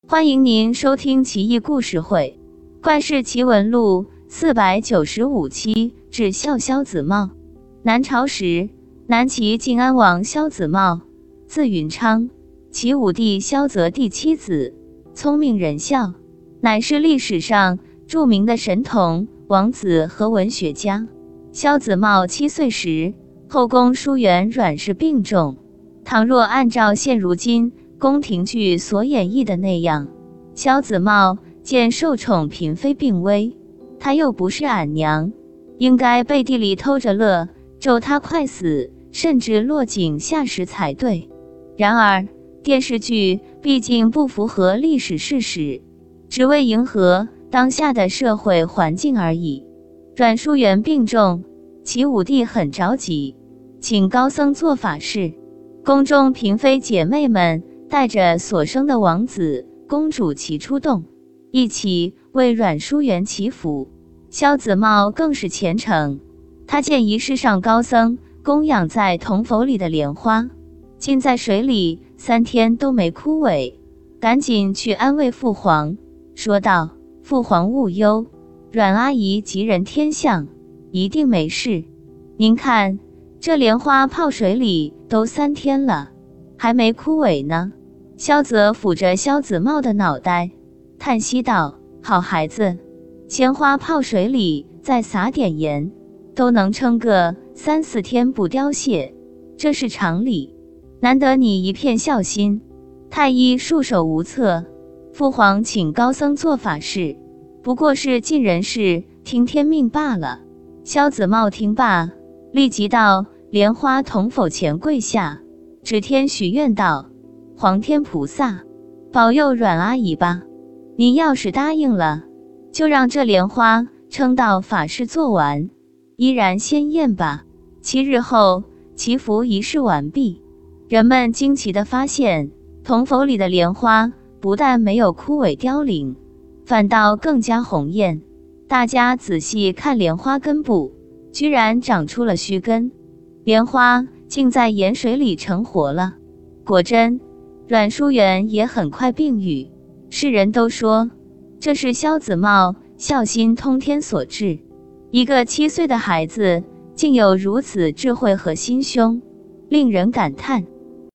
欢迎您收听奇异故事会《怪事奇闻录》495期至萧子茂。南朝时，南齐晋安王萧子茂，字允昌，齐武帝萧泽第七子，聪明仁孝，乃是历史上著名的神童、王子和文学家。萧子茂7岁时，后宫淑媛阮氏病重，倘若按照现如今宫廷剧所演绎的那样，萧子茂见受宠嫔妃病危，他又不是俺娘，应该背地里偷着乐，咒他快死，甚至落井下石才对。然而电视剧毕竟不符合历史事实，只为迎合当下的社会环境而已。阮淑媛病重，齐武帝很着急，请高僧做法事。宫中嫔妃姐妹们带着所生的王子公主齐出动，一起为阮淑媛祈福。萧子茂更是虔诚，他见仪式上高僧供养在铜佛里的莲花浸在水里3天都没枯萎，赶紧去安慰父皇，说道：父皇勿忧，阮阿姨吉人天相，一定没事。您看这莲花泡水里都3天了，还没枯萎呢。萧泽抚着萧子茂的脑袋，叹息道：好孩子，鲜花泡水里再撒点盐，都能撑个3、4天不凋谢，这是常理。难得你一片孝心。太医束手无策，父皇请高僧做法事，不过是尽人事听天命罢了。萧子茂听罢，立即到莲花铜佛前跪下，指天许愿道：皇天菩萨，保佑阮阿姨吧！您要是答应了，就让这莲花撑到法事做完，依然鲜艳吧。7日后，祈福仪式完毕，人们惊奇地发现，铜佛里的莲花不但没有枯萎凋零，反倒更加红艳。大家仔细看莲花根部，居然长出了须根，莲花竟在盐水里成活了。果真，阮淑媛也很快病愈。世人都说，这是萧子茂孝心通天所致。一个7岁的孩子竟有如此智慧和心胸，令人感叹。